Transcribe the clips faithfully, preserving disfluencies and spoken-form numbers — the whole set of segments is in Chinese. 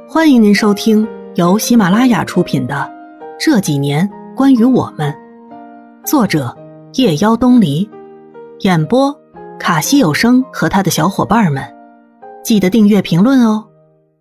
欢迎您收听由喜马拉雅出品的《这几年关于我们》，作者夜妖东篱，演播卡西有声和他的小伙伴们。记得订阅评论哦。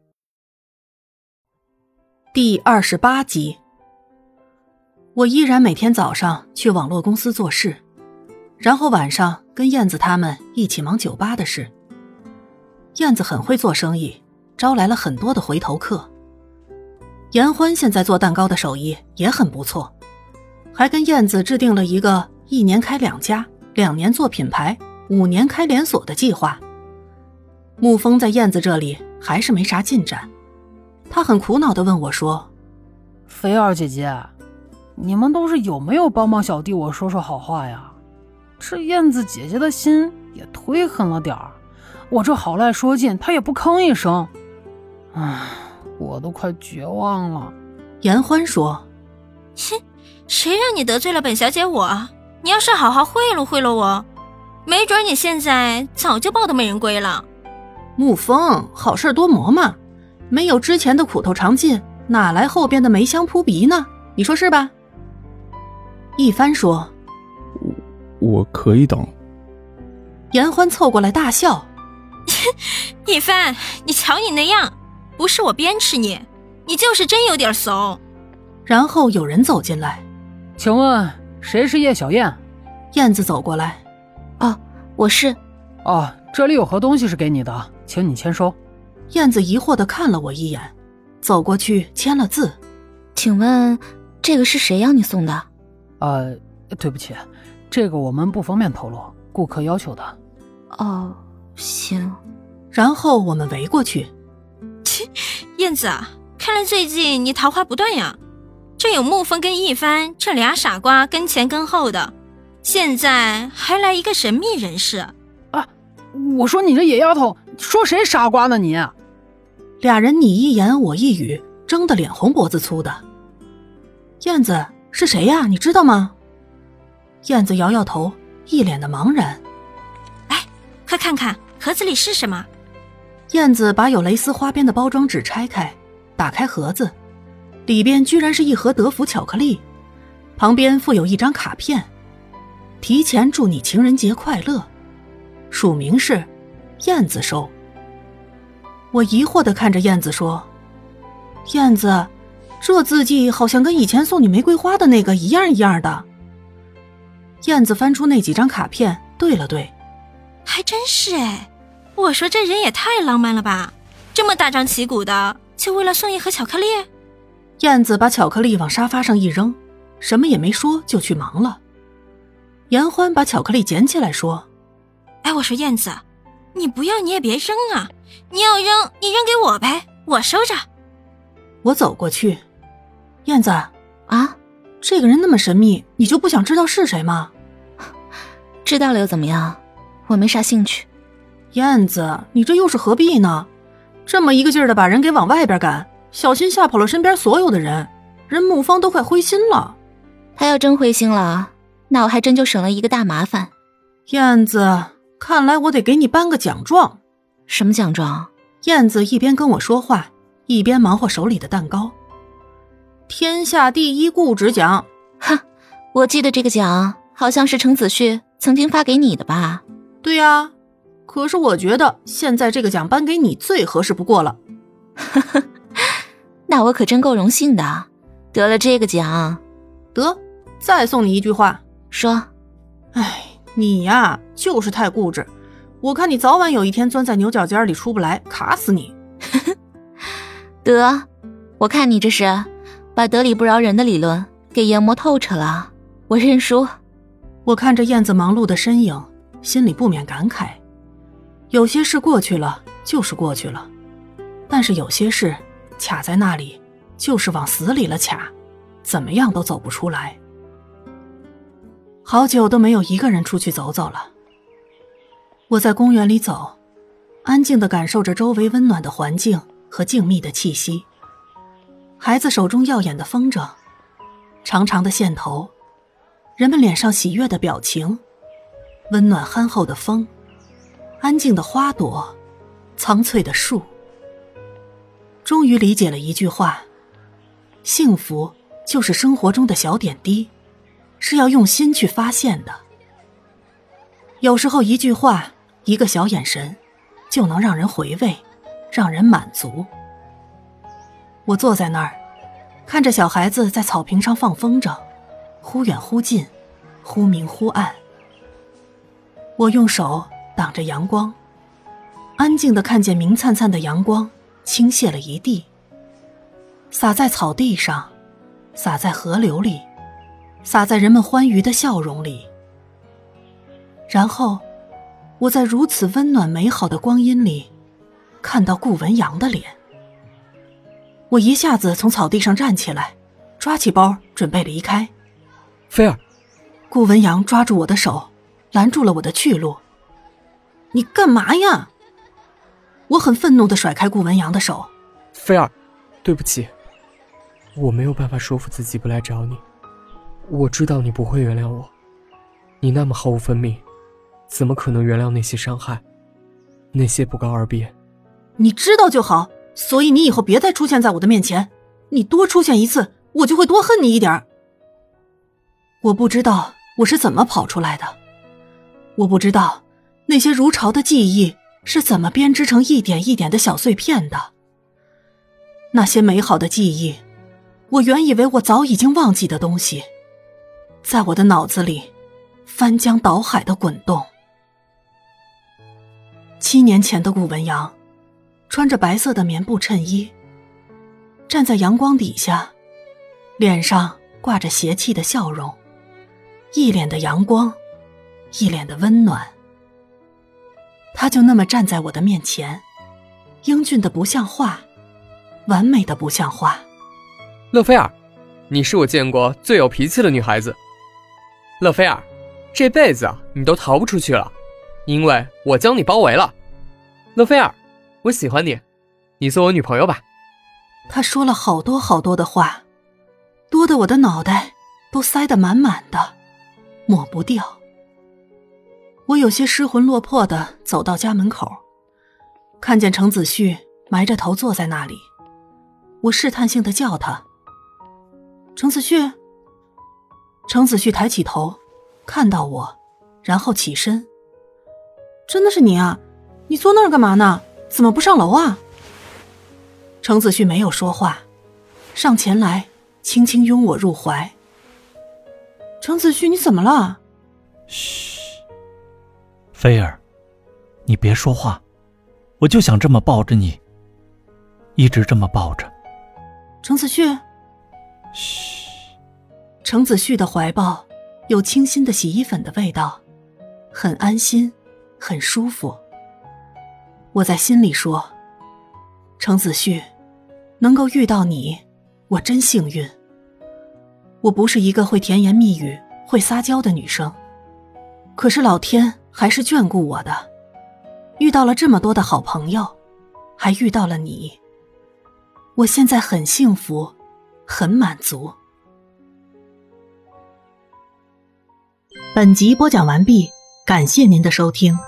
第二十八集。我依然每天早上去网络公司做事，然后晚上跟燕子他们一起忙酒吧的事。燕子很会做生意，招来了很多的回头客。严欢现在做蛋糕的手艺也很不错，还跟燕子制定了一个一年开两家，两年做品牌，五年开连锁的计划。沐风在燕子这里还是没啥进展，他很苦恼地问我说： 菲儿姐姐，你们都是有没有帮帮小弟我说说好话呀？这燕子姐姐的心也忒狠了点儿，我这好赖说尽她也不吭一声，唉，我都快绝望了。 严欢说： 切，谁让你得罪了本小姐我？你要是好好贿赂贿赂我，没准你现在早就抱得美人归了。 沐风，好事多磨嘛，没有之前的苦头尝尽，哪来后边的梅香扑鼻呢？你说是吧？一帆说： 我可以等。 严欢凑过来大笑： 一帆，你瞧你那样，不是我鞭笞你，你就是真有点怂。 然后有人走进来： 请问谁是叶小燕？ 燕子走过来： 哦，我是。 哦，这里有盒东西是给你的，请你签收。 燕子疑惑地看了我一眼，走过去签了字。 请问这个是谁要你送的？ 呃，对不起，这个我们不方便透露，顾客要求的。 哦，行。 然后我们围过去。 切，燕子啊，看来最近你桃花不断呀。这有沐风跟一帆这俩傻瓜跟前跟后的，现在还来一个神秘人士。 啊，我说你这野丫头，说谁傻瓜呢你？ 俩人你一言我一语，争得脸红脖子粗的。燕子，是谁呀？你知道吗？燕子摇摇头，一脸的茫然。 哎，快看看盒子里是什么。 燕子把有蕾丝花边的包装纸拆开，打开盒子，里边居然是一盒德芙巧克力，旁边附有一张卡片，提前祝你情人节快乐，署名是燕子收。我疑惑地看着燕子说：燕子，这字迹好像跟以前送你玫瑰花的那个一样一样的。燕子翻出那几张卡片对了对， 还真是哎，我说这人也太浪漫了吧，这么大张旗鼓的，就为了送一盒巧克力。 燕子把巧克力往沙发上一扔，什么也没说就去忙了。严欢把巧克力捡起来说： 哎，我说燕子，你不要你也别扔啊，你要扔你扔给我呗，我收着。 我走过去：燕子啊， 这个人那么神秘，你就不想知道是谁吗？ 知道了又怎么样？我没啥兴趣。 燕子，你这又是何必呢？这么一个劲儿的把人给往外边赶，小心吓跑了身边所有的人，人沐风都快灰心了。 他要真灰心了，那我还真就省了一个大麻烦。 燕子，看来我得给你颁个奖状。 什么奖状？ 燕子一边跟我说话，一边忙活手里的蛋糕。天下第一固执奖。 哼，我记得这个奖好像是程子旭曾经发给你的吧？ 对呀，可是我觉得现在这个奖颁给你最合适不过了。 呵呵，那我可真够荣幸的，得了这个奖。 得，再送你一句话。 说。 哎，你呀，就是太固执，我看你早晚有一天钻在牛角尖里出不来，卡死你。 得，我看你这是把得理不饶人的理论给研磨透彻了，我认输。 我看着燕子忙碌的身影，心里不免感慨，有些事过去了就是过去了，但是有些事卡在那里，就是往死里了卡，怎么样都走不出来。好久都没有一个人出去走走了。我在公园里走，安静地感受着周围温暖的环境和静谧的气息。孩子手中耀眼的风筝，长长的线头，人们脸上喜悦的表情，温暖憨厚的风，安静的花朵，苍翠的树。 终于理解了一句话：幸福就是生活中的小点滴，是要用心去发现的。有时候一句话，一个小眼神，就能让人回味，让人满足。我坐在那儿，看着小孩子在草坪上放风筝，忽远忽近，忽明忽暗。我用手挡着阳光，安静地看见明灿灿的阳光倾泻了一地，洒在草地上，洒在河流里，洒在人们欢愉的笑容里。然后我在如此温暖美好的光阴里看到顾文阳的脸。我一下子从草地上站起来，抓起包准备离开。 菲儿， 顾文阳抓住我的手，拦住了我的去路。你干嘛呀？我很愤怒地甩开顾文阳的手。 菲儿，对不起，我没有办法说服自己不来找你。我知道你不会原谅我，你那么毫无分明，怎么可能原谅那些伤害，那些不告而别？ 你知道就好，所以你以后别再出现在我的面前，你多出现一次，我就会多恨你一点。我不知道我是怎么跑出来的，我不知道那些如潮的记忆是怎么编织成一点一点的小碎片的。那些美好的记忆，我原以为我早已经忘记的东西，在我的脑子里翻江倒海的滚动。七年前的顾文阳，穿着白色的棉布衬衣，站在阳光底下，脸上挂着邪气的笑容，一脸的阳光，一脸的温暖。他就那么站在我的面前，英俊的不像话，完美的不像话。 乐菲儿，你是我见过最有脾气的女孩子。乐菲儿，这辈子啊，你都逃不出去了，因为我将你包围了。乐菲儿，我喜欢你，你做我女朋友吧。 他说了好多好多的话，多得我的脑袋都塞得满满的，抹不掉。我有些失魂落魄地走到家门口，看见程子旭埋着头坐在那里，我试探性地叫他：程子旭。程子旭抬起头，看到我，然后起身。真的是你啊，你坐那儿干嘛呢？怎么不上楼啊？程子旭没有说话，上前来轻轻拥我入怀。程子旭，你怎么了？ 嘘，菲儿，你别说话，我就想这么抱着你，一直这么抱着。 程子旭。 嘘。 程子旭的怀抱有清新的洗衣粉的味道，很安心，很舒服。我在心里说，程子旭，能够遇到你，我真幸运。我不是一个会甜言蜜语、会撒娇的女生，可是老天还是眷顾我的，遇到了这么多的好朋友，还遇到了你。我现在很幸福，很满足。本集播讲完毕，感谢您的收听。